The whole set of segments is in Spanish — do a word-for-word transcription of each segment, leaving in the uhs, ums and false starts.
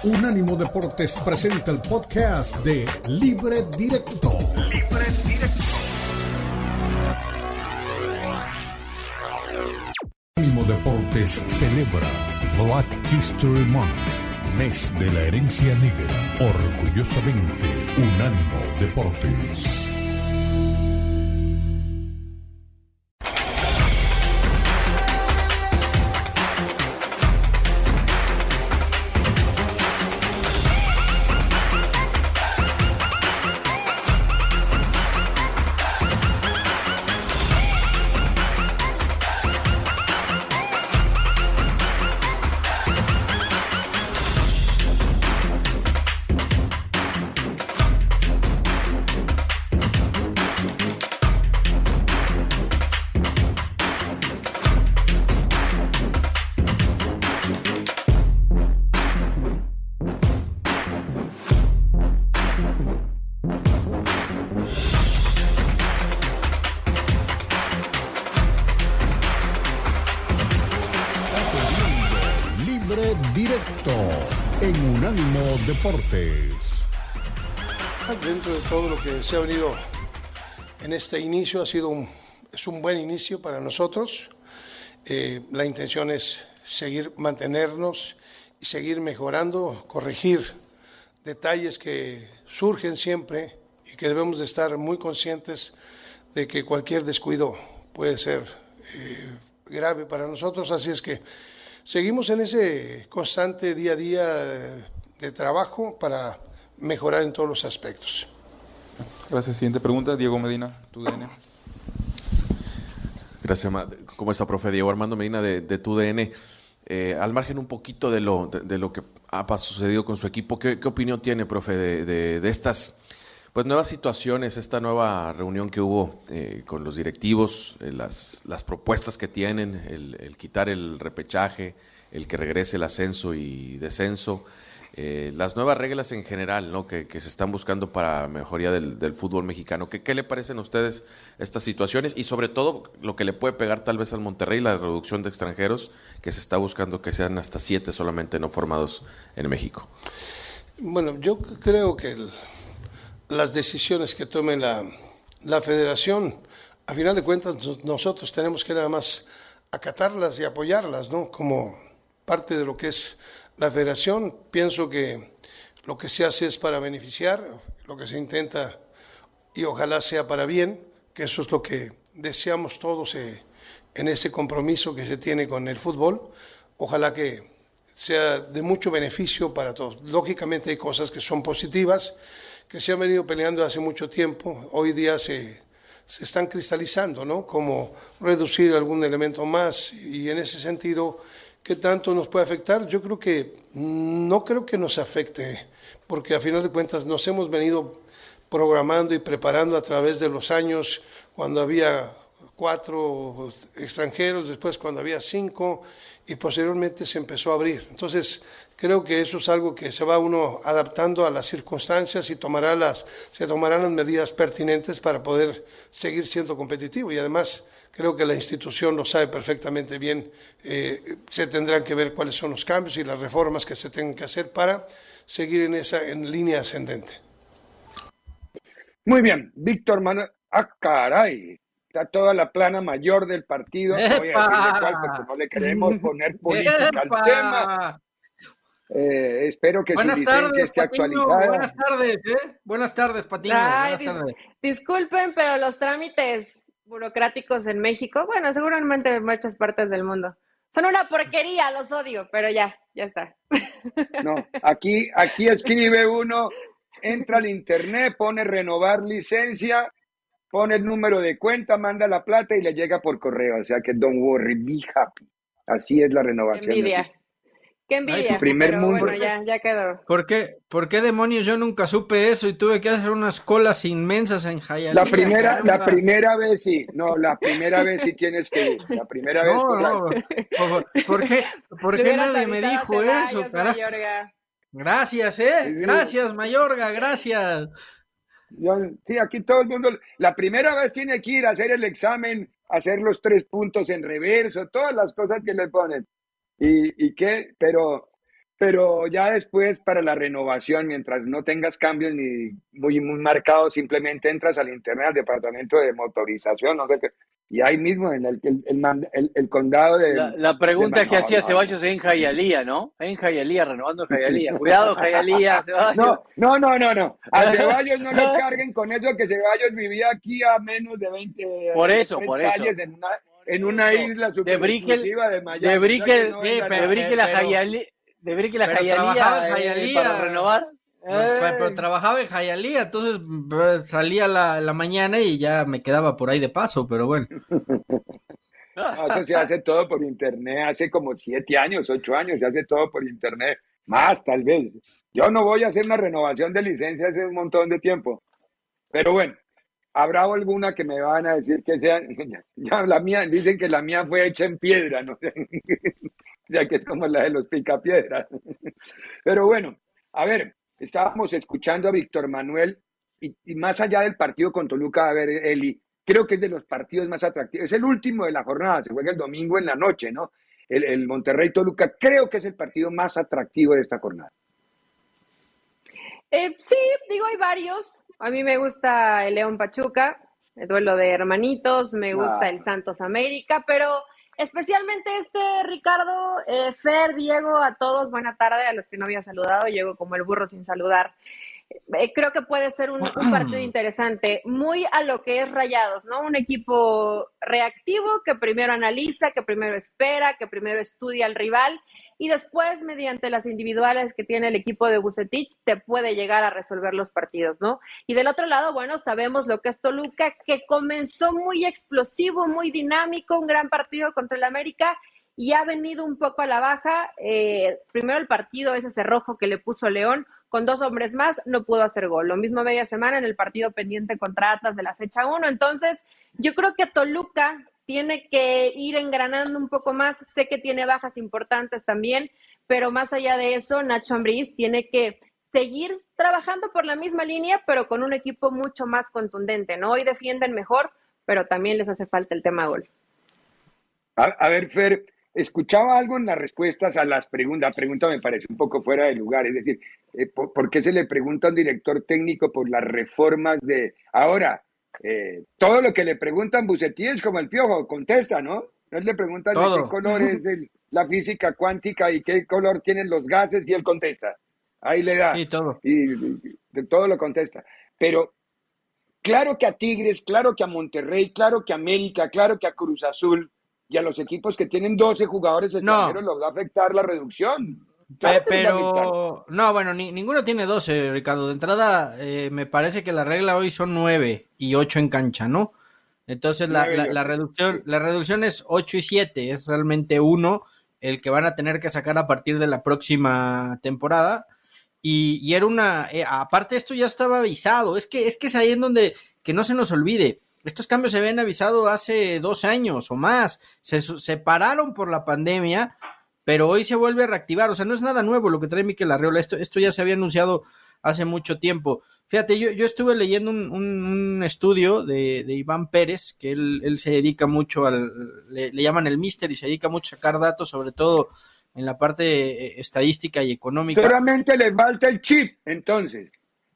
Unánimo Deportes presenta el podcast de Libre Directo. Libre Directo. Unánimo Deportes celebra Black History Month, mes de la herencia negra. Orgullosamente, Unánimo Deportes. Directo en Unánimo Deportes. Dentro de todo lo que se ha venido en este inicio, ha sido un, es un buen inicio para nosotros. Eh, la intención es seguir, mantenernos y seguir mejorando, corregir detalles que surgen siempre y que debemos de estar muy conscientes de que cualquier descuido puede ser eh, grave para nosotros. Así es que seguimos en ese constante día a día de trabajo para mejorar en todos los aspectos. Gracias. Siguiente pregunta, Diego Medina, T U D N. Gracias. ¿Cómo está, profe? Diego Armando Medina de, de T U D N. Eh, al margen un poquito de lo, de, de lo que ha sucedido con su equipo, ¿qué, qué opinión tiene, profe, de, de, de estas pues nuevas situaciones, esta nueva reunión que hubo eh, con los directivos, eh, las, las propuestas que tienen, el, el quitar el repechaje, el que regrese el ascenso y descenso, eh, las nuevas reglas en general, ¿no? que, que se están buscando para mejoría del, del fútbol mexicano? ¿Qué, ¿Qué le parecen a ustedes estas situaciones? Y sobre todo lo que le puede pegar tal vez al Monterrey, la reducción de extranjeros, que se está buscando que sean hasta siete solamente no formados en México. Bueno, yo creo que el las decisiones que tome la, la federación, a final de cuentas nosotros tenemos que nada más acatarlas y apoyarlas, ¿no? Como parte de lo que es la federación. Pienso que lo que se hace es para beneficiar, lo que se intenta y ojalá sea para bien, que eso es lo que deseamos todos eh, en ese compromiso que se tiene con el fútbol. Ojalá que sea de mucho beneficio para todos. Lógicamente hay cosas que son positivas, que se han venido peleando hace mucho tiempo, hoy día se, se están cristalizando, ¿no? Como reducir algún elemento más, y en ese sentido, ¿qué tanto nos puede afectar? Yo creo que no creo que nos afecte, porque a final de cuentas nos hemos venido programando y preparando a través de los años, cuando había cuatro extranjeros, después cuando había cinco, y posteriormente se empezó a abrir. Entonces, creo que eso es algo que se va uno adaptando a las circunstancias y tomará las, se tomarán las medidas pertinentes para poder seguir siendo competitivo. Y además, creo que la institución lo sabe perfectamente bien. Eh, se tendrán que ver cuáles son los cambios y las reformas que se tengan que hacer para seguir en esa en línea ascendente. Muy bien, Víctor Manuel. ¡Ah, caray! Está toda la plana mayor del partido. No voy a decirle cuál porque no le queremos poner política al tema. Eh, espero que buenas su licencia tardes, esté Patiño, actualizada. Buenas tardes, ¿eh? Buenas tardes, Patiño. Ay, buenas tardes. Dis- disculpen, pero los trámites burocráticos en México, bueno, seguramente en muchas partes del mundo, son una porquería, los odio, pero ya, ya está. No, aquí, aquí escribe uno, entra al internet, pone renovar licencia, pone el número de cuenta, manda la plata y le llega por correo. O sea que don't worry, be happy. Así es la Qué renovación. envidia. Qué envidia, Ay, primer pero mundo. bueno, ya, ya quedó. ¿Por qué, ¿Por qué demonios yo nunca supe eso y tuve que hacer unas colas inmensas en Hialeah? La primera, caramba? la primera vez sí, no, la primera vez sí tienes que ir. La primera vez. No, por la- no. ¿Por, por qué, por Le qué hubieras nadie me avisado dijo Ceballos, eso, carajo? Mayorga. Gracias, ¿eh? Gracias, Mayorga, gracias. Yo- sí, aquí todo el mundo, la primera vez tiene que ir a hacer el examen, hacer los tres puntos en reverso, todas las cosas que le ponen. Y, y qué, pero pero ya después para la renovación, mientras no tengas cambios ni muy, muy marcados, simplemente entras al internet, al departamento de motorización, no sé qué, y ahí mismo en el, el, el, el, el condado de... La, la pregunta de, que no, hacía no, Ceballos no. en Jayalía, ¿no? En Jayalía, renovando Jayalía. Cuidado, Jayalía, Ceballos. No, no, no, no, no. A Ceballos no lo carguen con eso, que Ceballos vivía aquí a menos de veinte por eso, tres por calles eso. en una, en una isla super de Brickell, exclusiva de Miami. de Brickell, No sí, vengan pero- de a- Brickell a pero- Jayalía, de Brickell a pero Jayalía, trabajaba en eh, Jayalía. para renovar. Pero, pero Eh. trabajaba en Hialeah, entonces pues, salía la, la mañana y ya me quedaba por ahí de paso, pero bueno. No, eso se hace todo por internet, hace como siete años, ocho años, se hace todo por internet, más tal vez. Yo no voy a hacer una renovación de licencia hace un montón de tiempo, pero bueno, habrá alguna que me van a decir que sea, ya la mía, dicen que la mía fue hecha en piedra, ¿no? O sea que es como la de los picapiedras. Pero bueno, a ver, estábamos escuchando a Víctor Manuel y, y más allá del partido con Toluca, a ver, Eli, creo que es de los partidos más atractivos. Es el último de la jornada, se juega el domingo en la noche, ¿no? El, el Monterrey-Toluca creo que es el partido más atractivo de esta jornada. Eh, sí, digo, hay varios. A mí me gusta el León Pachuca, el duelo de hermanitos, me gusta Ah. el Santos América, pero especialmente este, Ricardo, eh, Fer, Diego, a todos, buena tarde, a los que no había saludado, llego como el burro sin saludar. Eh, creo que puede ser un, un partido interesante, muy a lo que es Rayados, ¿no? Un equipo reactivo que primero analiza, que primero espera, que primero estudia al rival y después, mediante las individuales que tiene el equipo de Vucetich, te puede llegar a resolver los partidos, ¿no? Y del otro lado, bueno, sabemos lo que es Toluca, que comenzó muy explosivo, muy dinámico, un gran partido contra el América y ha venido un poco a la baja. Eh, primero el partido, ese cerrojo que le puso León, con dos hombres más, no pudo hacer gol. Lo mismo media semana en el partido pendiente contra Atlas de la fecha uno. Entonces, yo creo que Toluca tiene que ir engranando un poco más. Sé que tiene bajas importantes también, pero más allá de eso, Nacho Ambriz tiene que seguir trabajando por la misma línea, pero con un equipo mucho más contundente, ¿no? Hoy defienden mejor, pero también les hace falta el tema gol. A, a ver, Fer, escuchaba algo en las respuestas a las preguntas. La pregunta me parece un poco fuera de lugar. Es decir, eh, ¿por, ¿por qué se le pregunta a un director técnico por las reformas de... Ahora, eh, todo lo que le preguntan Vucetich es como el Piojo, contesta, ¿no? No le preguntan de Todo. qué color es el- la física cuántica y qué color tienen los gases y él contesta. Ahí le da. Sí, todo. Y, y- de todo lo contesta. Pero claro que a Tigres, claro que a Monterrey, claro que a América, claro que a Cruz Azul y a los equipos que tienen doce jugadores extranjeros los va a afectar la reducción. Claro Pe- que les va a afectar. pero, no, bueno, ni- ninguno tiene doce, Ricardo. De entrada, eh, me parece que la regla hoy son nueve y ocho en cancha, ¿no? Entonces, la, Nueve y la, la ocho, reducción sí. la reducción es ocho y siete, es realmente uno el que van a tener que sacar a partir de la próxima temporada. Y, y era una, eh, aparte esto ya estaba avisado, es que, es que es ahí en donde, que no se nos olvide, estos cambios se habían avisado hace dos años o más, se separaron por la pandemia, pero hoy se vuelve a reactivar, o sea, no es nada nuevo lo que trae Mikel Arriola, esto, esto ya se había anunciado hace mucho tiempo. Fíjate, yo, yo estuve leyendo un, un, un estudio de, de Iván Pérez, que él, él se dedica mucho al, le, le llaman el Mister y se dedica mucho a sacar datos, sobre todo en la parte estadística y económica. Solamente les falta el chip, entonces.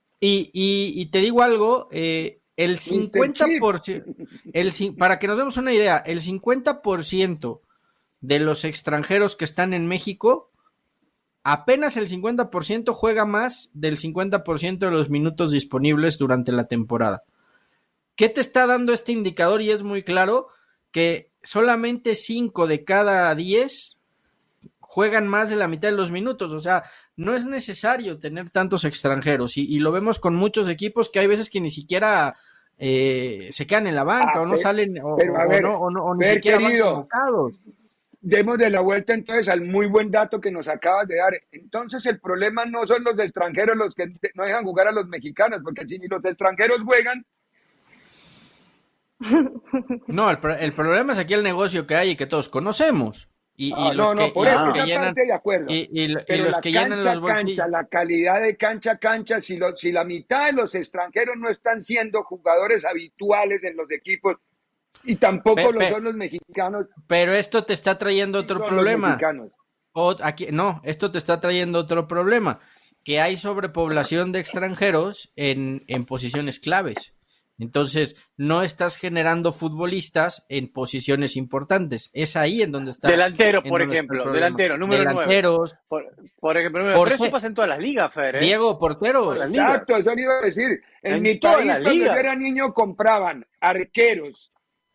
Y, y, y te digo algo, eh, el cincuenta por ciento, el, para que nos demos una idea, el cincuenta por ciento de los extranjeros que están en México, apenas el cincuenta por ciento juega más del cincuenta por ciento de los minutos disponibles durante la temporada. ¿Qué te está dando este indicador? Y es muy claro que solamente cinco de cada diez juegan más de la mitad de los minutos, o sea, no es necesario tener tantos extranjeros y, y lo vemos con muchos equipos que hay veces que ni siquiera eh, se quedan en la banca Ah, o no pero- salen o, pero a o ver, no, o no- o ni Fer, siquiera querido. van convocados. Demos de la vuelta entonces al muy buen dato que nos acabas de dar. Entonces el problema no son los extranjeros los que no dejan jugar a los mexicanos, porque si ni los extranjeros juegan, No, el, pro- el problema es aquí el negocio que hay y que todos conocemos. Y, y ah, los no, no, que, por y eso los que esa llenan, parte de acuerdo. y, y- y Pero los la que llenan cancha los bolsillos. cancha, la calidad de cancha cancha, si, lo- si la mitad de los extranjeros no están siendo jugadores habituales en los equipos y tampoco Pe- lo pe- son los mexicanos, Pero esto te está trayendo otro son los problema. mexicanos. O aquí, no, esto te está trayendo otro problema, que hay sobrepoblación de extranjeros en, en posiciones claves. Entonces, no estás generando futbolistas en posiciones importantes. Es ahí en donde está. Delantero, en por donde está el ejemplo. problema. Delantero, número Delanteros. nueve. Por, por ejemplo, número Porte- pero eso pasa en todas las ligas, Fer, ¿eh? Diego, porteros. Las Exacto, eso le iba a decir. En, En mi todas país, las cuando yo ligas. era niño, compraban arqueros.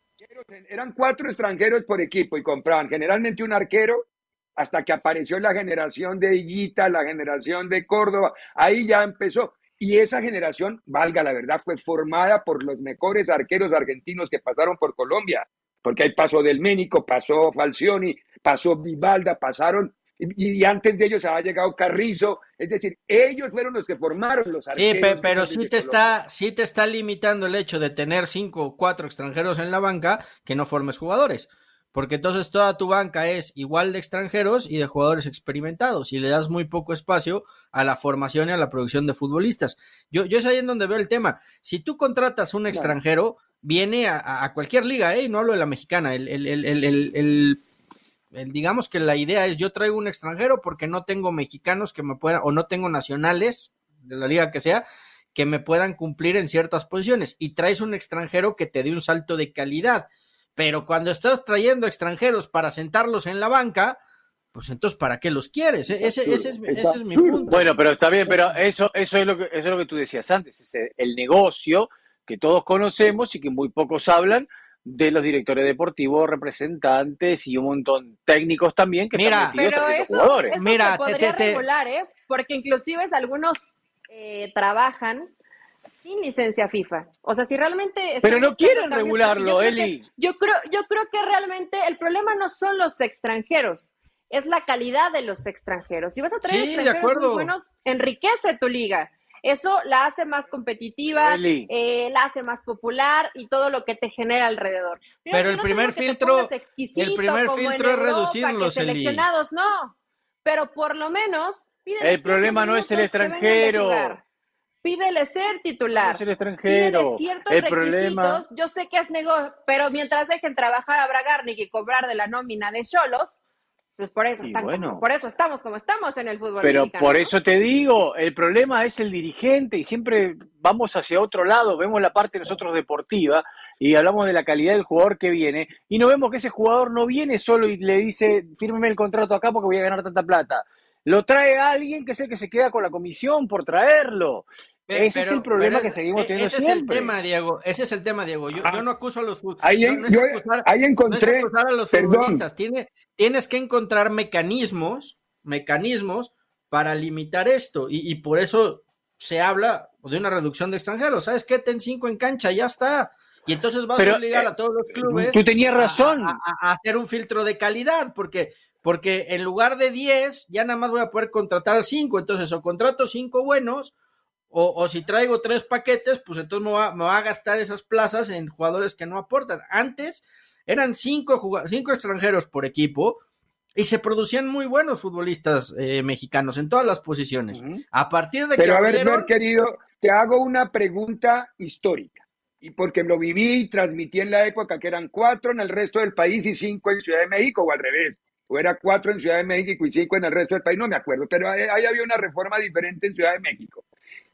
Eran cuatro extranjeros por equipo y compraban generalmente un arquero hasta que apareció la generación de Higuita, la generación de Córdoba. Ahí ya empezó. Y esa generación, valga la verdad, fue formada por los mejores arqueros argentinos que pasaron por Colombia. Porque ahí pasó Delménico, pasó Falcioni, pasó Vivalda, pasaron... Y, y antes de ellos había llegado Carrizo. Es decir, ellos fueron los que formaron los arqueros. Sí, pe- pero sí de te, Colombia. está, sí te está limitando el hecho de tener cinco o cuatro extranjeros en la banca que no formes jugadores. Porque entonces toda tu banca es igual de extranjeros y de jugadores experimentados y le das muy poco espacio a la formación y a la producción de futbolistas. Yo, yo es ahí en donde veo el tema. Si tú contratas un extranjero, viene a, a cualquier liga, ¿eh? Y no hablo de la mexicana. El, el, el, el, el, el, el, digamos que la idea es yo traigo un extranjero porque no tengo mexicanos que me puedan, o no tengo nacionales de la liga que sea, que me puedan cumplir en ciertas posiciones. Y traes un extranjero que te dé un salto de calidad. Pero cuando estás trayendo extranjeros para sentarlos en la banca, pues entonces ¿para qué los quieres? Ese, ese, es, ese es mi punto. Bueno, pero está bien, pero eso, eso es lo que, eso es lo que tú decías antes, es el negocio que todos conocemos y que muy pocos hablan de los directores deportivos, representantes y un montón técnicos también que Mira, están metidos Pero trayendo eso, jugadores. eso Mira, se podría te- te- te- regular, ¿eh? Porque inclusive algunos eh, trabajan sin licencia FIFA. O sea, si realmente... Pero no estamos quieren buscando cambios, regularlo, porque yo creo Eli. que- Yo creo, yo creo que realmente el problema no son los extranjeros, es la calidad de los extranjeros. Si vas a traer Sí, de extranjeros acuerdo. muy buenos, enriquece tu liga. Eso la hace más competitiva, Eli. eh, la hace más popular y todo lo que te genera alrededor. Yo- Pero yo el no te primer digo que te filtro- pongas exquisito el primer como en filtro es Europa, reducirlos, que Eli. seleccionados, no. Pero por lo menos... pídeles El problema ciertos no es el minutos que vengan de extranjero. jugar. Pídele ser titular. No es el extranjero. Pídele ciertos El requisitos. problema- Yo sé que es negocio, pero mientras dejen trabajar a Bragarnik y cobrar de la nómina de Xolos, pues por eso, Y están bueno. como- por eso estamos como estamos en el fútbol Pero mexicano, por ¿no? eso te digo, el problema es el dirigente y siempre vamos hacia otro lado, vemos la parte nosotros deportiva y hablamos de la calidad del jugador que viene y no vemos que ese jugador no viene solo y le dice, fírmeme el contrato acá porque voy a ganar tanta plata. Lo trae alguien que es el que se queda con la comisión por traerlo. Pe- Ese es pero- el problema pero que es- seguimos e- teniendo ese siempre. es el tema, Diego. Ese es el tema, Diego. Yo, Ah. yo no acuso a los fut- Ahí, no- en- no es yo- acusar- ahí no es encontré, acusar a los perdón, futbolistas. Tiene, tienes que encontrar mecanismos, mecanismos para limitar esto. Y, y por eso se habla de una reducción de extranjeros. ¿Sabes qué? Ten cinco en cancha, ya está. Y entonces vas Pero, a obligar eh, a todos los clubes tú tenías a- razón. A, a- a hacer un filtro de calidad, porque, porque en lugar de diez, ya nada más voy a poder contratar cinco. Entonces, o contrato cinco buenos, o, o si traigo tres paquetes, pues entonces me va, me va a gastar esas plazas en jugadores que no aportan. Antes eran cinco, jugad- cinco extranjeros por equipo y se producían muy buenos futbolistas eh, mexicanos en todas las posiciones. Ujú. A partir de Pero que a ver, abrieron- Fer, querido, te hago una pregunta histórica. Y porque lo viví y transmití en la época que eran cuatro en el resto del país y cinco en Ciudad de México, o al revés. O era cuatro en Ciudad de México y cinco en el resto del país, no me acuerdo. Pero ahí, ahí había una reforma diferente en Ciudad de México.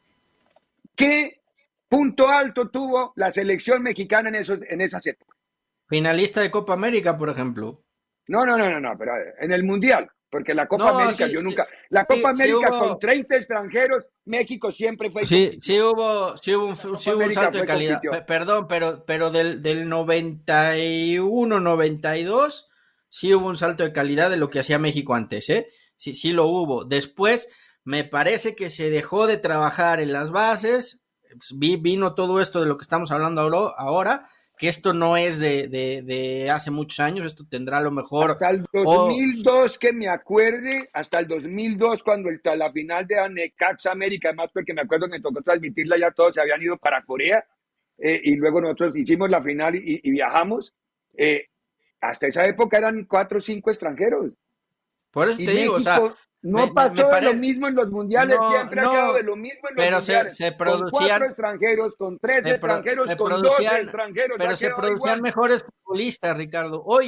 ¿Qué punto alto tuvo la selección mexicana en, esos, en esas épocas? finalista de Copa América, por ejemplo. No, no, no, no, no, pero en el Mundial. Porque la Copa No, América, sí, yo sí. nunca. La Sí, Copa sí América hubo- con treinta extranjeros, México siempre fue. Sí, sí hubo, sí hubo un, Copa sí hubo un América salto de fue calidad. compitió. Pe- Perdón, pero, pero del, del noventa y uno, noventa y dos, sí hubo un salto de calidad de lo que hacía México antes, ¿eh? Sí, sí lo hubo. Después, me parece que se dejó de trabajar en las bases. Pues, vi, vino todo esto de lo que estamos hablando ahora, ahora, que esto no es de, de, de hace muchos años, esto tendrá a lo mejor... Hasta el dos mil dos, que me acuerde, hasta el dos mil dos, cuando el, la final de Necaxa América, además porque me acuerdo que me tocó transmitirla, ya todos se habían ido para Corea, eh, y luego nosotros hicimos la final y, y viajamos. Eh, hasta esa época eran cuatro o cinco extranjeros. Por eso Y te digo, o sea... México no me- pasó me de pare- lo mismo en los mundiales, No, siempre no, ha quedado de lo mismo en los pero se- mundiales. se con producían- cuatro extranjeros, con tres se pro- extranjeros, se con producían- doce extranjeros. pero ha se quedado producían igual. mejores futbolistas, Ricardo. Hoy,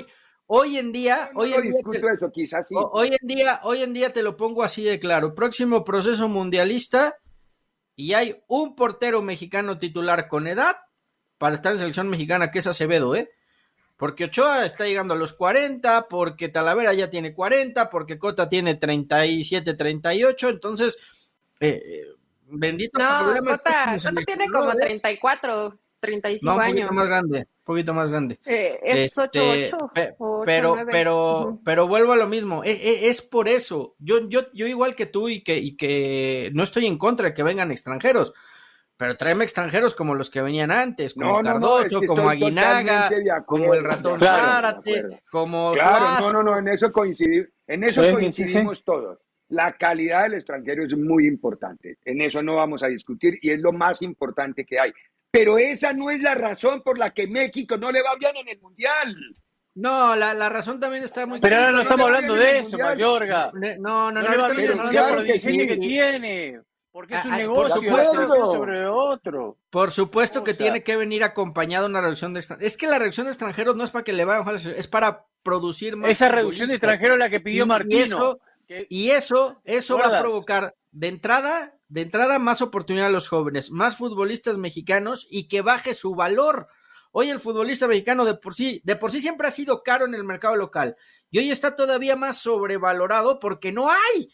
Hoy en día, No, hoy no en día, discuto te, eso, quizás sí. hoy en día, hoy en día te lo pongo así de claro. Próximo proceso mundialista y hay un portero mexicano titular con edad para estar en selección mexicana, que es Acevedo, ¿eh? Porque Ochoa está llegando a los cuarenta, porque Talavera ya tiene cuarenta, porque Cota tiene treinta y siete, treinta y ocho, entonces, eh, bendito No, problema. Cota, Cota tiene como treinta y cuatro, treinta y cinco no, un años. poquito más grande, un poquito más grande. Eh, es Este, ocho ocho. pe- ocho, pero, nueve. pero, Uh-huh. pero vuelvo a lo mismo. Es, es, es por eso. Yo, yo, yo igual que tú y que, y que no estoy en contra de que vengan extranjeros, pero tráeme extranjeros como los que venían antes, como No, no, no, Cardoso, es que como estoy Aguinaga, totalmente de acuerdo, como el ratón de acuerdo, de Zárate, acuerdo. como Claro, Suazo. no, no, no, en eso coincidimos, en eso Sí, sí, coincidimos sí. todos. La calidad del extranjero es muy importante. En eso no vamos a discutir y es lo más importante que hay. Pero esa no es la razón por la que México no le va bien en el Mundial. No, la, la razón también está muy Pero ahora no no estamos le va hablando bien en de el eso, Mundial. Mayorga. No, no, no, No le va ahorita bien no el estamos Mundial hablando por que el dirigente sí. que tiene. Porque es un Ah, ah, negocio por de una supuesto. selección sobre otro. Por supuesto que O sea, tiene que venir acompañado una reducción de extranjeros. Es que la reducción de extranjeros no es para que le vaya a bajar, es para producir más. esa reducción de futbolistas. extranjeros es la que pidió Y- Martino. Y eso, que- y eso, eso va a ¿Recuerdas? provocar de entrada, de entrada más oportunidad a los jóvenes, más futbolistas mexicanos y que baje su valor. Hoy el futbolista mexicano de por sí, de por sí siempre ha sido caro en el mercado local y hoy está todavía más sobrevalorado porque no hay.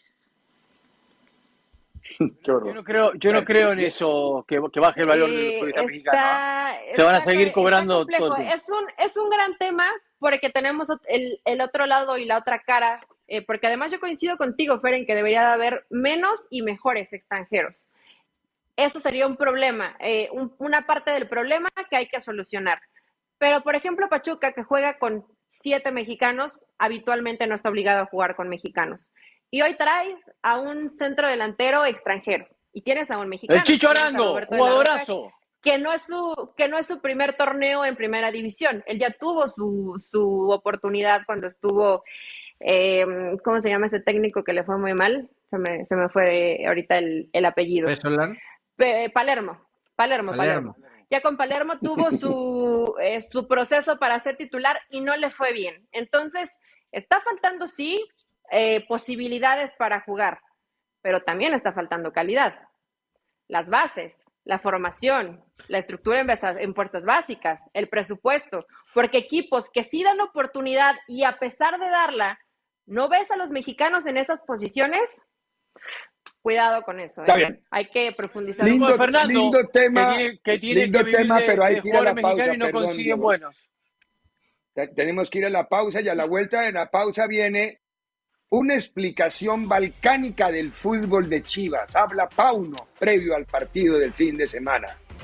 Yo no creo, yo no creo en eso, que, que baje el valor del Eh, futbolista está- mexicano. ¿eh? Se van a está seguir co- cobrando está complejo. todo el tiempo. Es un, es un gran tema porque tenemos ot- el, el otro lado y la otra cara, eh, porque además yo coincido contigo, Fer, en que debería de haber menos y mejores extranjeros. Eso sería un problema, eh, un- una parte del problema que hay que solucionar. Pero, por ejemplo, Pachuca, que juega con siete mexicanos, habitualmente no está obligado a jugar con mexicanos. Y hoy traes a un centro delantero extranjero y tienes a un mexicano. El Chicho tienes a Arango, Roberto de la Roca, jugadorazo. que no es su que no es su primer torneo en primera división. Él ya tuvo su, su oportunidad cuando estuvo, eh, ¿cómo se llama este técnico que le fue muy mal? Se me, se me fue ahorita el, el apellido. Pesolán. Pe- Palermo, Palermo, Palermo. Palermo. Ya con Palermo tuvo su, eh, su proceso para ser titular y no le fue bien. Entonces, está faltando, sí, eh, posibilidades para jugar, pero también está faltando calidad. Las bases, la formación, la estructura en, besa- en fuerzas básicas, el presupuesto, porque equipos que sí dan oportunidad y a pesar de darla, ¿no ves a los mexicanos en esas posiciones? Cuidado con eso, ¿eh? Está bien. Hay que profundizar. Lindo, Como Fernando, lindo tema, que tiene que, tiene lindo que vivir tema, de, pero hay de que ir a la jugadores pausa, mexicanos y no perdón, consiguen Diego. buenos. Te- Tenemos que ir a la pausa y a la vuelta de la pausa viene una explicación balcánica del fútbol de Chivas. Habla Pauno previo al partido del fin de semana.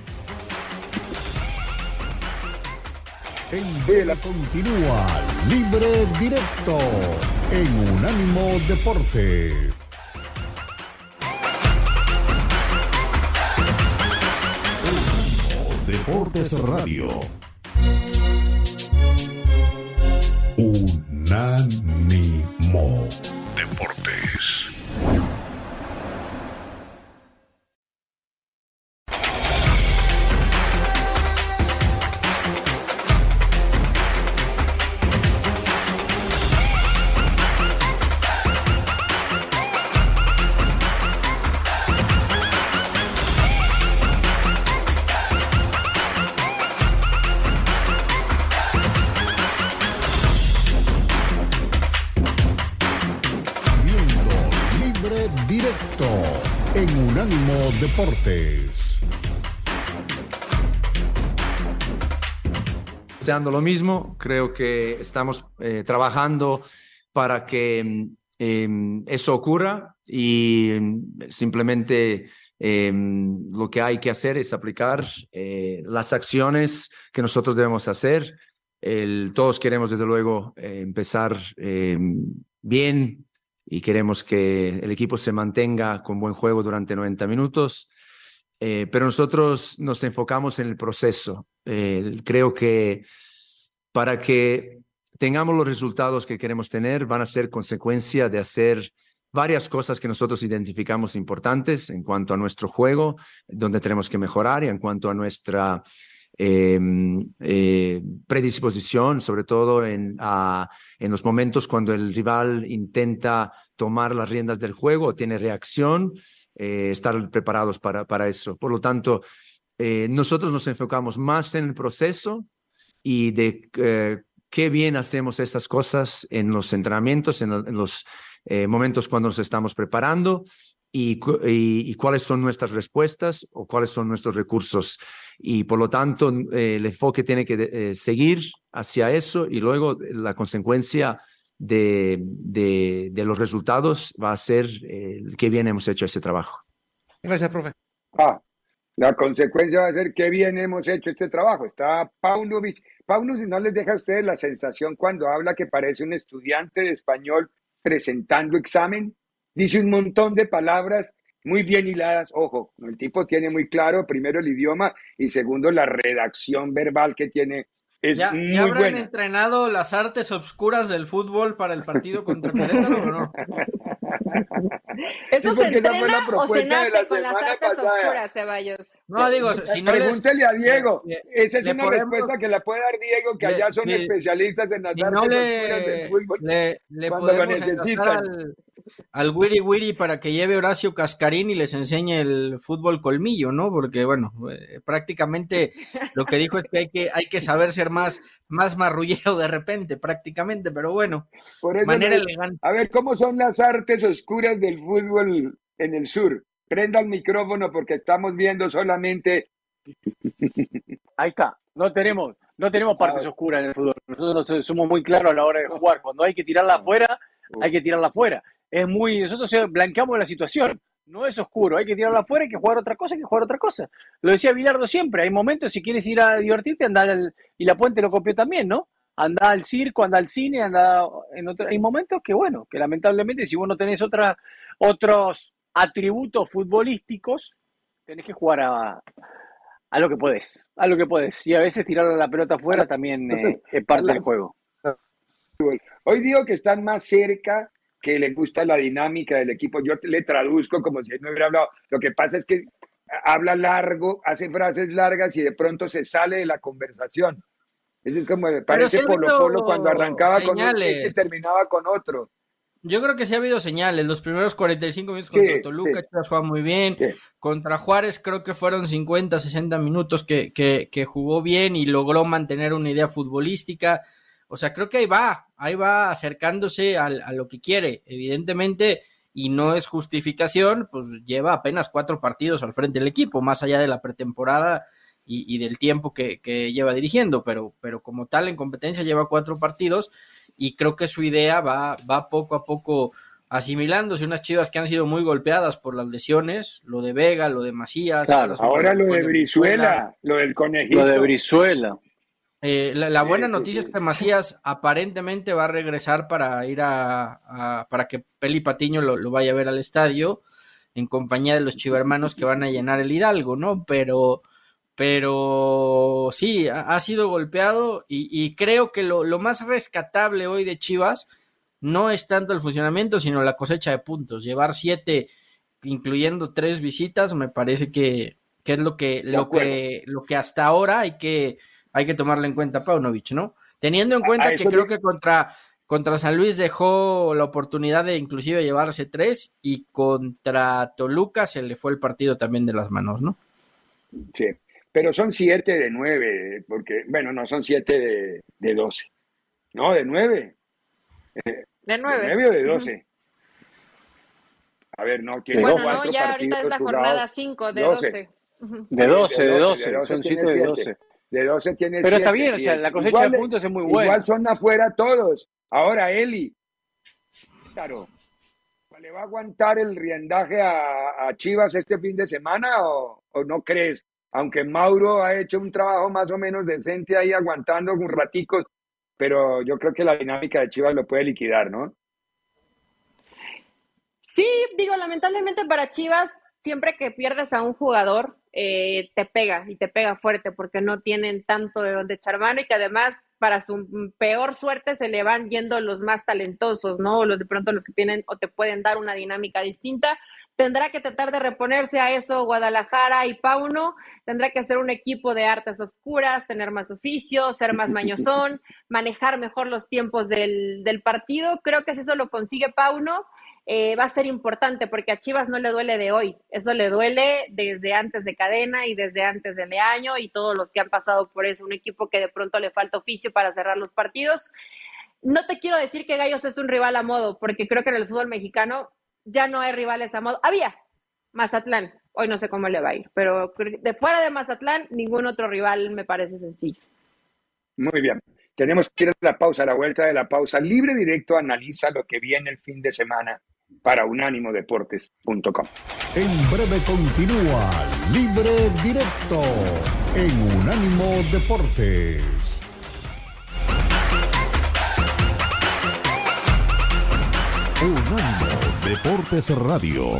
En breve continúa Libre Directo en Unánimo Deporte. Deportes Radio. Unánimo Deportes. Libre Directo en Unánimo Deportes. Deseando lo mismo, creo que estamos eh, trabajando para que eh, eso ocurra y simplemente eh, lo que hay que hacer es aplicar eh, las acciones que nosotros debemos hacer. El, todos queremos desde luego eh, empezar eh, bien y queremos que el equipo se mantenga con buen juego durante noventa minutos. Eh, pero nosotros nos enfocamos en el proceso. Eh, creo que para que tengamos los resultados que queremos tener, van a ser consecuencia de hacer varias cosas que nosotros identificamos importantes en cuanto a nuestro juego, donde tenemos que mejorar, y en cuanto a nuestra eh, eh, predisposición, sobre todo en, a, en los momentos cuando el rival intenta tomar las riendas del juego o tiene reacción, eh, estar preparados para, para eso. Por lo tanto, eh, nosotros nos enfocamos más en el proceso y de eh, qué bien hacemos estas cosas en los entrenamientos, en, en los eh, momentos cuando nos estamos preparando y, y, y cuáles son nuestras respuestas o cuáles son nuestros recursos. Y por lo tanto, eh, el enfoque tiene que eh, seguir hacia eso y luego la consecuencia de, de, de los resultados va a ser eh, qué bien hemos hecho ese trabajo. Gracias, profe. Ah, la consecuencia va a ser qué bien hemos hecho este trabajo. Está Paunovic. Paunovic, ¿no les deja a ustedes la sensación cuando habla que parece un estudiante de español presentando examen? Dice un montón de palabras muy bien hiladas. Ojo, el tipo tiene muy claro, primero, el idioma y segundo, la redacción verbal que tiene. Es ¿Ya, muy ¿ya habrán buena. entrenado las artes obscuras del fútbol para el partido contra Querétaro o no? ¿Eso Sí, se porque esa fue la entrena o se propuesta de la nace con las semana artes pasada. oscuras, Ceballos? No, digo, si no les... Pregúntele a Diego. le- Esa es le una podemos- respuesta que la puede dar Diego, que le- allá son le- especialistas en las Si artes no oscuras del le, fútbol. le, le cuando lo podemos enlazar necesitan. al, al Wiri Wiri para que lleve Horacio Cascarín y les enseñe el fútbol colmillo, ¿no? Porque, bueno, eh, prácticamente lo que dijo es que hay que, hay que saber ser más, más marrullero de repente, prácticamente, pero bueno, Por eso manera le- elegante. A ver, ¿cómo son las artes oscuras del fútbol en el sur? Prenda el micrófono porque estamos viendo solamente... Ahí está. No tenemos, no tenemos partes Ah. oscuras en el fútbol. Nosotros somos muy claros a la hora de jugar. Cuando hay que tirarla afuera, hay que tirarla afuera. Es muy, nosotros eh, blanqueamos la situación. No es oscuro, hay que tirarla afuera, hay que jugar otra cosa, hay que jugar otra cosa. Lo decía Bilardo siempre, hay momentos, si quieres ir a divertirte, anda al, y La Puente lo copió también, ¿no? Anda al circo, anda al cine, anda en otro, hay momentos que, bueno, que lamentablemente si vos no tenés otra, otros atributos futbolísticos, tenés que jugar a, a lo que podés, a lo que podés. Y a veces tirar la pelota afuera también eh, es parte del juego. Hoy digo que están más cerca, que les gusta la dinámica del equipo. Yo le traduzco como si él no hubiera hablado. Lo que pasa es que habla largo, hace frases largas y de pronto se sale de la conversación. Eso es como me parece sí ha Polo habido Polo cuando arrancaba con un señales. chiste y terminaba con otro. Yo creo que sí ha habido señales. Los primeros cuarenta y cinco minutos contra Sí, Toluca, sí. Chivas juega muy bien. Sí. Contra Juárez creo que fueron cincuenta, sesenta minutos que, que, que jugó bien y logró mantener una idea futbolística. O sea, creo que ahí va, ahí va acercándose al, a lo que quiere. Evidentemente, y no es justificación, pues lleva apenas cuatro partidos al frente del equipo, más allá de la pretemporada y, y del tiempo que, que lleva dirigiendo, pero, pero como tal en competencia lleva cuatro partidos y creo que su idea va, va poco a poco asimilándose. Unas Chivas que han sido muy golpeadas por las lesiones, lo de Vega, lo de Macías. Claro, Ahora lo de con el Brizuela, lo del conejito. Lo de Brizuela. Eh, la, la Sí, buena sí, noticia sí. es que Macías aparentemente va a regresar para ir a, a- para que Peli Patiño lo, lo vaya a ver al estadio en compañía de los chivermanos que van a llenar el Hidalgo, ¿no? Pero, pero sí, ha, ha sido golpeado y, y creo que lo, lo más rescatable hoy de Chivas no es tanto el funcionamiento, sino la cosecha de puntos. Llevar siete, incluyendo tres visitas, me parece que, que es lo que, lo acuerdo. que, lo que hasta ahora hay que hay que tomarlo en cuenta Paunovic, ¿no? Teniendo en cuenta A que eso creo le- que contra, contra San Luis dejó la oportunidad de inclusive llevarse tres y contra Toluca se le fue el partido también de las manos, ¿no? Sí, pero son siete de nueve, porque, bueno, no son siete de, de doce. No, de nueve. De ¿De nueve. nueve o de doce? A ver, no, tiene Bueno, cuatro no, ya ahorita es la partidos jornada jugados. cinco de doce. doce. Ujú. De doce, de doce, de doce son tiene siete de siete. doce. De doce tiene Pero está siete, bien, o sí sea, es. la cosecha Igual- de puntos es muy buena. Igual son afuera todos. Ahora Eli, claro, ¿le va a aguantar el riendaje a, a Chivas este fin de semana o, o no crees? Aunque Mauro ha hecho un trabajo más o menos decente ahí aguantando un ratico, pero yo creo que la dinámica de Chivas lo puede liquidar, ¿no? Sí, digo, lamentablemente para Chivas, siempre que pierdes a un jugador, eh, te pega y te pega fuerte porque no tienen tanto de donde echar mano y que además para su peor suerte se le van yendo los más talentosos, ¿no? O los de pronto los que tienen o te pueden dar una dinámica distinta. Tendrá que tratar de reponerse a eso Guadalajara y Pauno, tendrá que hacer un equipo de artes oscuras, tener más oficio, ser más mañosón, manejar mejor los tiempos del, del partido. Creo que si eso lo consigue Pauno, eh, va a ser importante, porque a Chivas no le duele de hoy, eso le duele desde antes de Cadena y desde antes de Leaño y todos los que han pasado por eso, un equipo que de pronto le falta oficio para cerrar los partidos. No te quiero decir que Gallos es un rival a modo, porque creo que en el fútbol mexicano ya no hay rivales a modo. Había Mazatlán, hoy no sé cómo le va a ir, pero de fuera de Mazatlán, ningún otro rival me parece sencillo. Muy bien, tenemos que ir a la pausa, a la vuelta de la pausa. Libre Directo analiza lo que viene el fin de semana para unánimo deportes punto com. En breve continúa Libre Directo en Unánimo Deportes. Unánimo Deportes Radio.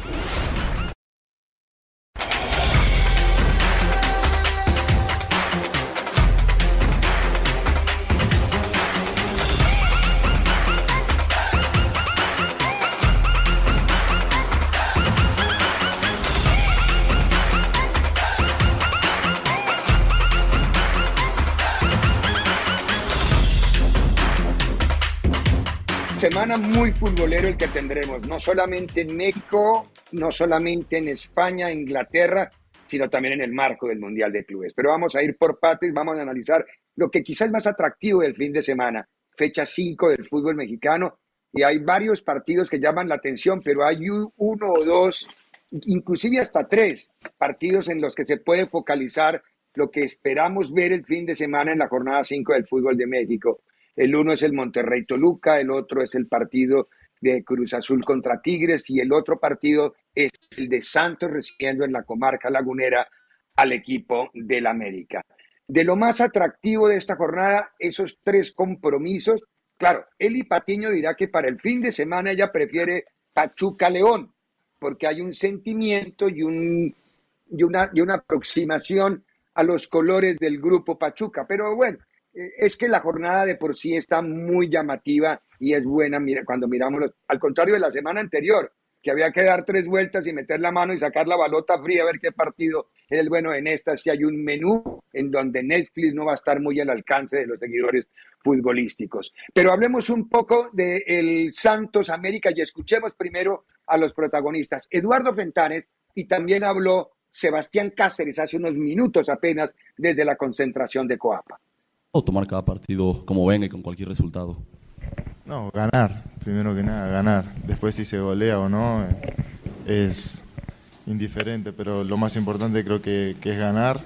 Semana muy futbolero el que tendremos, no solamente en México, no solamente en España, Inglaterra, sino también en el marco del Mundial de Clubes. Pero vamos a ir por partes, vamos a analizar lo que quizás es más atractivo del fin de semana, fecha cinco del fútbol mexicano, y hay varios partidos que llaman la atención, pero hay uno o dos, inclusive hasta tres partidos en los que se puede focalizar lo que esperamos ver el fin de semana en la jornada cinco del fútbol de México. El uno es el Monterrey Toluca, el otro es el partido de Cruz Azul contra Tigres y el otro partido es el de Santos recibiendo en la comarca lagunera al equipo del América. De lo más atractivo de esta jornada, esos tres compromisos, claro, Eli Patiño dirá que para el fin de semana ella prefiere Pachuca León, porque hay un sentimiento y, un, y, una, y una aproximación a los colores del grupo Pachuca, pero bueno, es que la jornada de por sí está muy llamativa y es buena mira, cuando miramos, los, al contrario de la semana anterior, que había que dar tres vueltas y meter la mano y sacar la balota fría a ver qué partido es el bueno. En esta sí hay un menú en donde Netflix no va a estar muy al alcance de los seguidores futbolísticos. Pero hablemos un poco del Santos América y escuchemos primero a los protagonistas. Eduardo Fentanes, y también habló Sebastián Cáceres hace unos minutos apenas desde la concentración de Coapa. O tomar cada partido como venga y con cualquier resultado. No, ganar, primero que nada, ganar. Después si se golea o no es indiferente, pero lo más importante creo que, que es ganar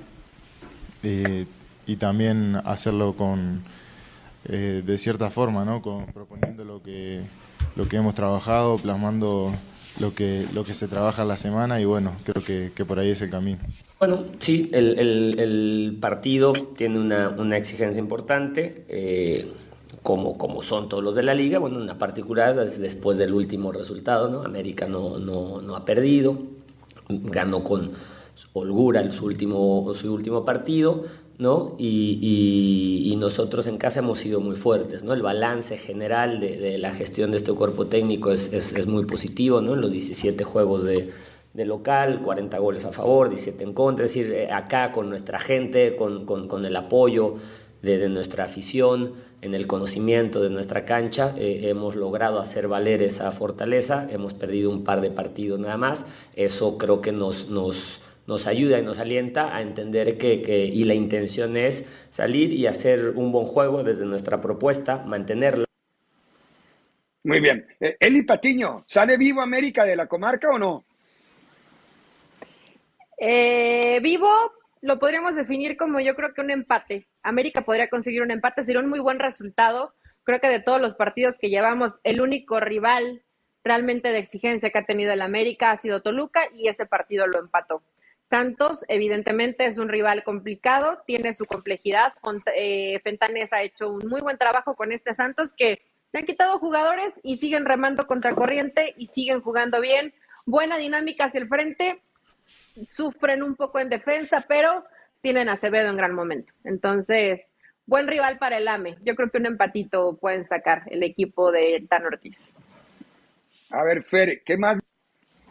eh, y también hacerlo con eh, de cierta forma, ¿no? Con, proponiendo lo que, lo que hemos trabajado, plasmando lo que, lo que se trabaja la semana y bueno, creo que, que por ahí es el camino. Bueno, sí, el, el, el partido tiene una, una exigencia importante, eh, como, como son todos los de la liga. Bueno, una particular después del último resultado, ¿no? América no, no, no ha perdido, ganó con holgura su último, su último partido, ¿no? Y, y, y nosotros en casa hemos sido muy fuertes, ¿no? El balance general de, de la gestión de este cuerpo técnico es, es, es muy positivo, ¿no? En los diecisiete juegos de de local, cuarenta goles a favor, diecisiete en contra, es decir, acá con nuestra gente, con, con, con el apoyo de, de nuestra afición, en el conocimiento de nuestra cancha, eh, hemos logrado hacer valer esa fortaleza, hemos perdido un par de partidos nada más, eso creo que nos, nos, nos ayuda y nos alienta a entender que, que, y la intención es salir y hacer un buen juego desde nuestra propuesta, mantenerlo. Muy bien. Eh, Eli Patiño, ¿sale vivo América de la comarca o no? Eh, vivo lo podríamos definir como yo creo que un empate. América podría conseguir un empate, sería un muy buen resultado. Creo que de todos los partidos que llevamos, el único rival realmente de exigencia que ha tenido el América ha sido Toluca y ese partido lo empató. Santos, evidentemente, es un rival complicado, tiene su complejidad. Eh, Fentanes ha hecho un muy buen trabajo con este Santos que le han quitado jugadores y siguen remando contra corriente y siguen jugando bien. Buena dinámica hacia el frente. Sufren un poco en defensa, pero tienen a Acevedo en gran momento. Entonces, buen rival para el A M E. Yo creo que un empatito pueden sacar el equipo de Tan Ortiz. A ver, Fer, ¿qué más?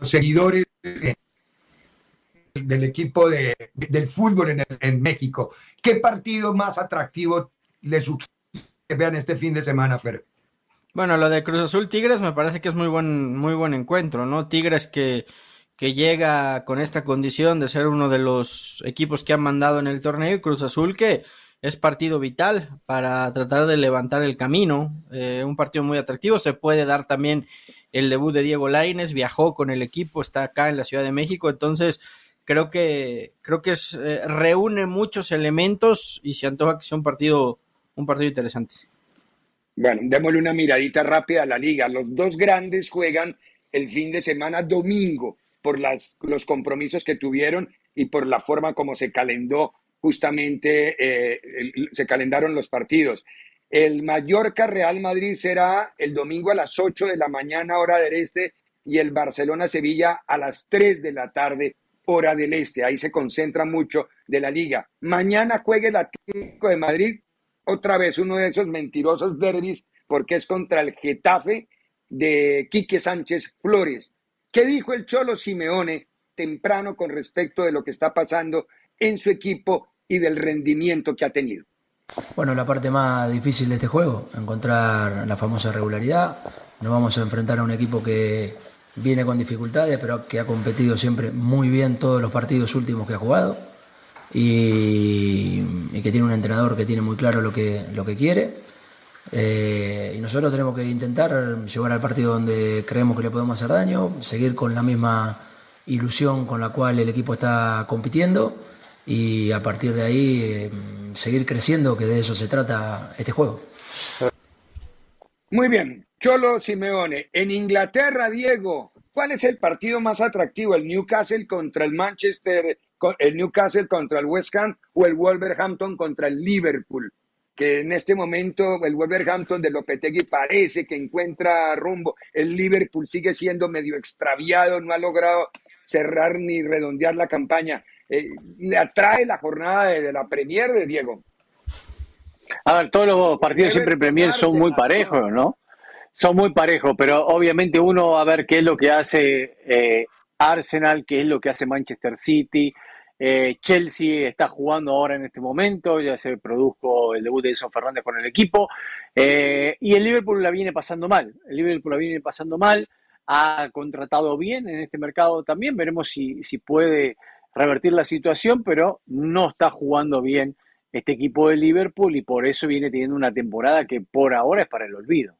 seguidores de, del equipo de, de, del fútbol en, en México. ¿Qué partido más atractivo les sugiere que vean este fin de semana, Fer? Bueno, lo de Cruz Azul Tigres me parece que es muy buen, muy buen encuentro, ¿no? Tigres que, que llega con esta condición de ser uno de los equipos que han mandado en el torneo, y Cruz Azul que es partido vital para tratar de levantar el camino, eh, un partido muy atractivo. Se puede dar también el debut de Diego Lainez, viajó con el equipo, está acá en la Ciudad de México, entonces creo que creo que es, eh, reúne muchos elementos y se antoja que sea un partido, un partido interesante. Bueno, démosle una miradita rápida a la liga. Los dos grandes juegan el fin de semana domingo por las, los compromisos que tuvieron y por la forma como se calendó justamente, eh, el, se calendaron los partidos. El Mallorca Real Madrid será el domingo a las ocho de la mañana, hora del este, y el Barcelona Sevilla a las tres de la tarde, hora del este. Ahí se concentra mucho de la liga. Mañana juegue el Atlético de Madrid, otra vez uno de esos mentirosos derbis, porque es contra el Getafe de Quique Sánchez Flores. ¿Qué dijo el Cholo Simeone temprano con respecto de lo que está pasando en su equipo y del rendimiento que ha tenido? Bueno, la parte más difícil de este juego, encontrar la famosa regularidad. Nos vamos a enfrentar a un equipo que viene con dificultades, pero que ha competido siempre muy bien todos los partidos últimos que ha jugado. Y, y que tiene un entrenador que tiene muy claro lo que, lo que quiere, eh, y nosotros tenemos que intentar llevar al partido donde creemos que le podemos hacer daño, seguir con la misma ilusión con la cual el equipo está compitiendo y a partir de ahí eh, seguir creciendo, que de eso se trata este juego. Muy bien, Cholo Simeone. En Inglaterra, Diego, ¿cuál es el partido más atractivo? ¿El Newcastle contra el Manchester el Newcastle contra el West Ham o el Wolverhampton contra el Liverpool? Que en este momento el Wolverhampton de Lopetegui parece que encuentra rumbo. El Liverpool sigue siendo medio extraviado, no ha logrado cerrar ni redondear la campaña. Eh, ¿Le atrae la jornada de, de la Premier, de Diego? A ver, todos los partidos siempre Premier son muy parejos, ¿no? Son muy parejos, pero obviamente uno a ver qué es lo que hace eh, Arsenal, qué es lo que hace Manchester City. Eh, Chelsea está jugando ahora en este momento, ya se produjo el debut de Edson Fernández con el equipo, eh, y el Liverpool la viene pasando mal, el Liverpool la viene pasando mal, ha contratado bien en este mercado también, veremos si, si puede revertir la situación, pero no está jugando bien este equipo de Liverpool y por eso viene teniendo una temporada que por ahora es para el olvido.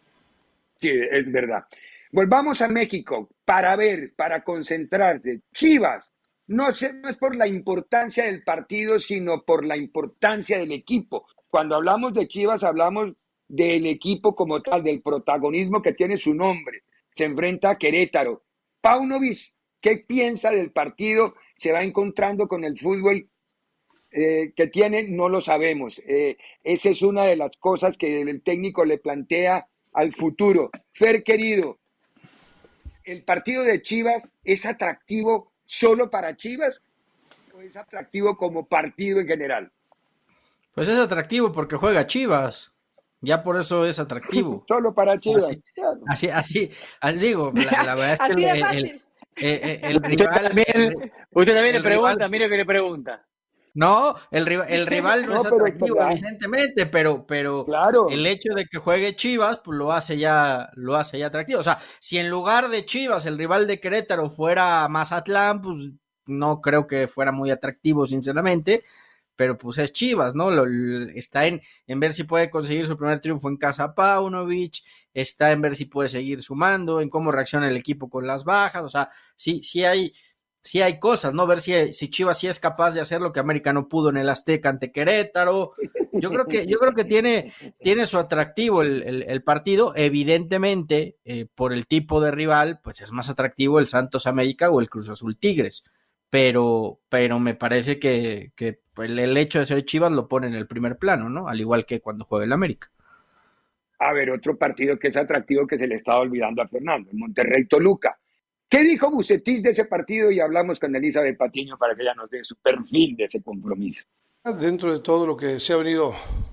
Sí, es verdad. Volvamos a México para ver, para concentrarse. Chivas. No, sé, no es por la importancia del partido, sino por la importancia del equipo. Cuando hablamos de Chivas, hablamos del equipo como tal, del protagonismo que tiene su nombre. Se enfrenta a Querétaro. Paunovic, ¿qué piensa del partido? ¿Se va encontrando con el fútbol eh, que tiene? No lo sabemos. Eh, esa es una de las cosas que el técnico le plantea al futuro. Fer, querido, ¿el partido de Chivas es atractivo solo para Chivas o es atractivo como partido en general? Pues es atractivo porque juega Chivas, ya por eso es atractivo. Solo para Chivas. Así, así, así, así digo, la, la verdad es que así el, de fácil. el, el, el Usted rival... también, el, usted también le pregunta, rival, mire que le pregunta. No, el rival, el rival no, no es atractivo, pero, evidentemente, pero, pero claro. El hecho de que juegue Chivas, pues lo hace ya, lo hace ya atractivo. O sea, si en lugar de Chivas el rival de Querétaro fuera Mazatlán, pues no creo que fuera muy atractivo, sinceramente, pero pues es Chivas, ¿no? Lo, está en, en ver si puede conseguir su primer triunfo en casa Paunovic, está en ver si puede seguir sumando, en cómo reacciona el equipo con las bajas, o sea, sí, sí hay... Sí hay cosas, ¿no? Ver si, si Chivas sí es capaz de hacer lo que América no pudo en el Azteca ante Querétaro. Yo creo que, yo creo que tiene, tiene su atractivo el, el, el partido. Evidentemente, eh, por el tipo de rival, pues es más atractivo el Santos América o el Cruz Azul Tigres. Pero, pero me parece que, que el, el hecho de ser Chivas lo pone en el primer plano, ¿no? Al igual que cuando juega el América. A ver, otro partido que es atractivo que se le estaba olvidando a Fernando, el Monterrey-Toluca. ¿Qué dijo Bucetich de ese partido? Y hablamos con Elizabeth Patiño para que ella nos dé su perfil de ese compromiso. Dentro de todo lo que se ha venido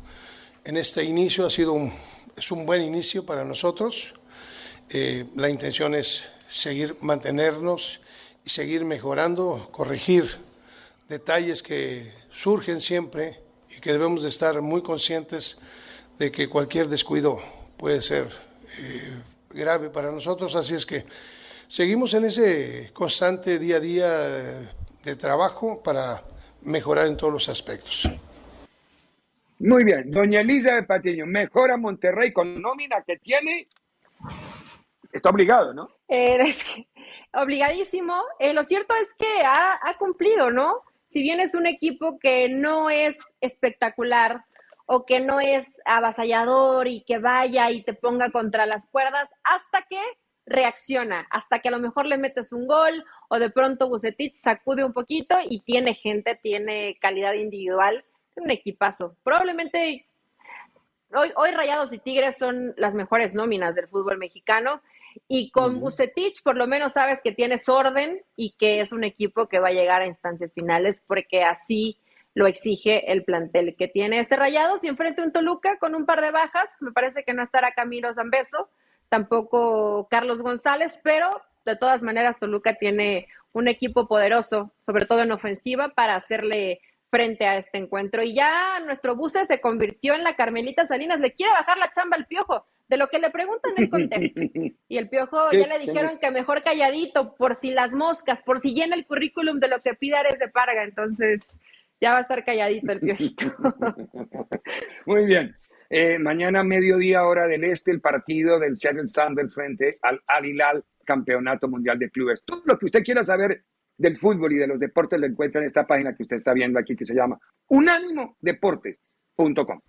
en este inicio, ha sido un, es un buen inicio para nosotros. Eh, la intención es seguir mantenernos y seguir mejorando, corregir detalles que surgen siempre y que debemos de estar muy conscientes de que cualquier descuido puede ser eh, grave para nosotros, así es que seguimos en ese constante día a día de trabajo para mejorar en todos los aspectos. Muy bien, doña Elizabeth Patiño, mejora Monterrey con nómina que tiene, está obligado, ¿no? Eh, es que, obligadísimo. Eh, lo cierto es que ha, ha cumplido, ¿no? Si bien es un equipo que no es espectacular o que no es avasallador y que vaya y te ponga contra las cuerdas, hasta que reacciona, hasta que a lo mejor le metes un gol o de pronto Vucetich sacude un poquito y tiene gente, tiene calidad individual, un equipazo. Probablemente hoy, hoy Rayados y Tigres son las mejores nóminas del fútbol mexicano y con uh-huh. Vucetich por lo menos sabes que tienes orden y que es un equipo que va a llegar a instancias finales porque así lo exige el plantel que tiene este Rayados y enfrente un Toluca con un par de bajas, me parece que no estará Camilo Zambeso, tampoco Carlos González, pero de todas maneras Toluca tiene un equipo poderoso, sobre todo en ofensiva, para hacerle frente a este encuentro. Y ya nuestro Buce se convirtió en la Carmelita Salinas, le quiere bajar la chamba al Piojo, de lo que le preguntan él contesta. Y el Piojo ya le dijeron que mejor calladito, por si las moscas, por si llena el currículum de lo que pide Ares de Parga, entonces ya va a estar calladito el Piojito. Muy bien. Eh, mañana mediodía hora del este el partido del Seattle Sounders frente al Al Hilal, Campeonato Mundial de Clubes. Todo lo que usted quiera saber del fútbol y de los deportes lo encuentra en esta página que usted está viendo aquí que se llama unánimo deportes punto com.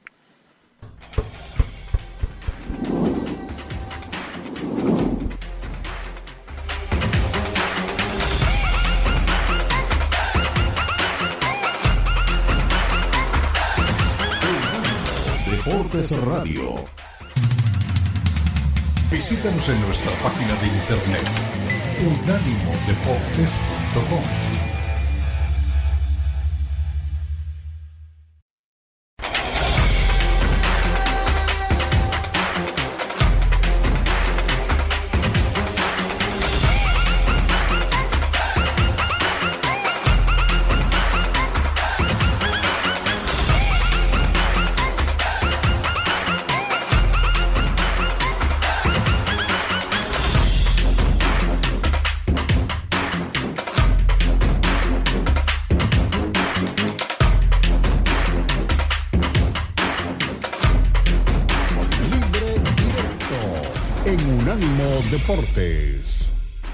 Deportes Radio. Visítanos en nuestra página de internet unánimo deportes punto com. Deportes.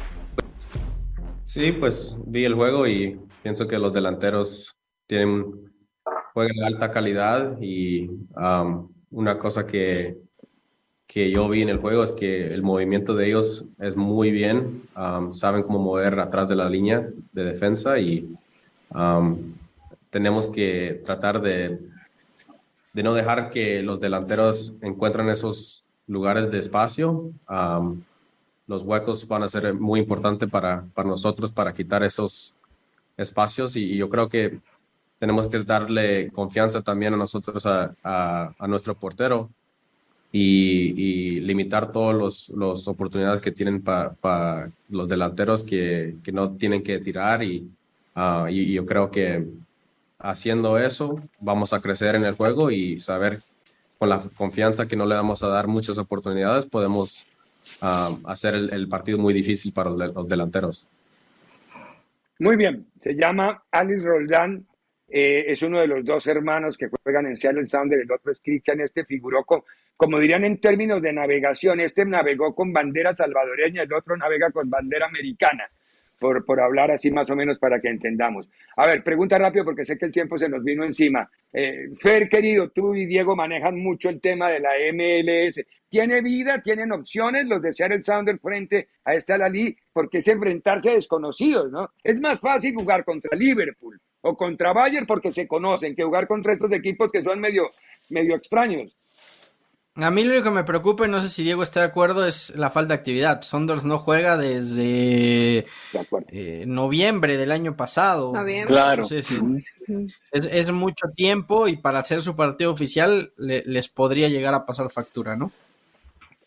Sí, pues vi el juego y pienso que los delanteros tienen juegan de alta calidad y um, una cosa que, que yo vi en el juego es que el movimiento de ellos es muy bien, um, saben cómo mover atrás de la línea de defensa y um, tenemos que tratar de, de no dejar que los delanteros encuentren esos lugares de espacio. Um, los huecos van a ser muy importantes para, para nosotros para quitar esos espacios y, y yo creo que tenemos que darle confianza también a nosotros, a, a, a nuestro portero y, y limitar todas las los oportunidades que tienen para pa los delanteros que, que no tienen que tirar y, uh, y, y yo creo que haciendo eso vamos a crecer en el juego y saber con la confianza que no le vamos a dar muchas oportunidades podemos uh, hacer el, el partido muy difícil para los, los delanteros. Muy bien, se llama Alex Roldán. Eh, es uno de los dos hermanos que juegan en Seattle Sounders, el otro es Christian. Este figuró con, como dirían en términos de navegación, este navegó con bandera salvadoreña, el otro navega con bandera americana, por, por hablar así más o menos para que entendamos. A ver, pregunta rápido porque sé que el tiempo se nos vino encima. Eh, Fer, querido, tú y Diego manejan mucho el tema de la M L S. ¿Tiene vida, tienen opciones los de Seattle Sounders frente a este Al-Ahly? Porque es enfrentarse a desconocidos, ¿no? Es más fácil jugar contra Liverpool o contra Bayern porque se conocen que jugar contra estos equipos que son medio, medio extraños. A mí lo único que me preocupa, y no sé si Diego está de acuerdo, es la falta de actividad. Saunders no juega desde eh, noviembre del año pasado. Noviembre. Claro. No sé si es, es mucho tiempo y para hacer su partido oficial le, les podría llegar a pasar factura, ¿no?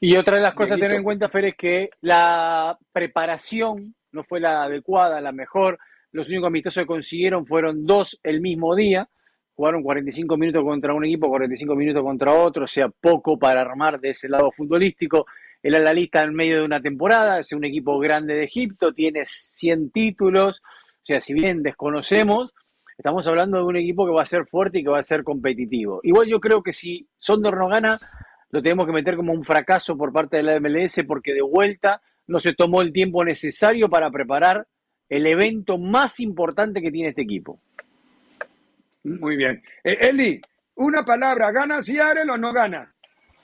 Y otra de las cosas a Dieguito. tener en cuenta, Fer, es que la preparación no fue la adecuada, la mejor. Los únicos amistosos que consiguieron fueron dos el mismo día. Jugaron cuarenta y cinco minutos contra un equipo, cuarenta y cinco minutos contra otro, o sea, poco para armar de ese lado futbolístico. El Al-Ahly en medio de una temporada, es un equipo grande de Egipto, tiene cien títulos, o sea, si bien desconocemos, estamos hablando de un equipo que va a ser fuerte y que va a ser competitivo. Igual yo creo que si Sondor no gana, lo tenemos que meter como un fracaso por parte de la M L S, porque de vuelta no se tomó el tiempo necesario para preparar el evento más importante que tiene este equipo. Muy bien. Eh, Eli, una palabra, ¿gana Seattle o no gana?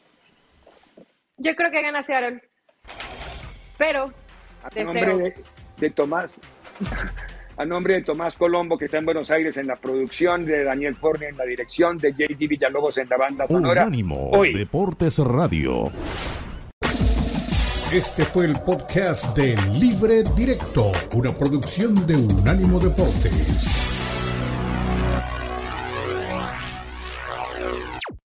Yo creo que gana Seattle. Espero. A nombre de, de Tomás, a nombre de Tomás Colombo, que está en Buenos Aires en la producción, de Daniel Forni en la dirección, de J D Villalobos en la banda sonora. Unánimo Hoy. Deportes Radio. Este fue el podcast de Libre Directo, una producción de Unánimo Deportes.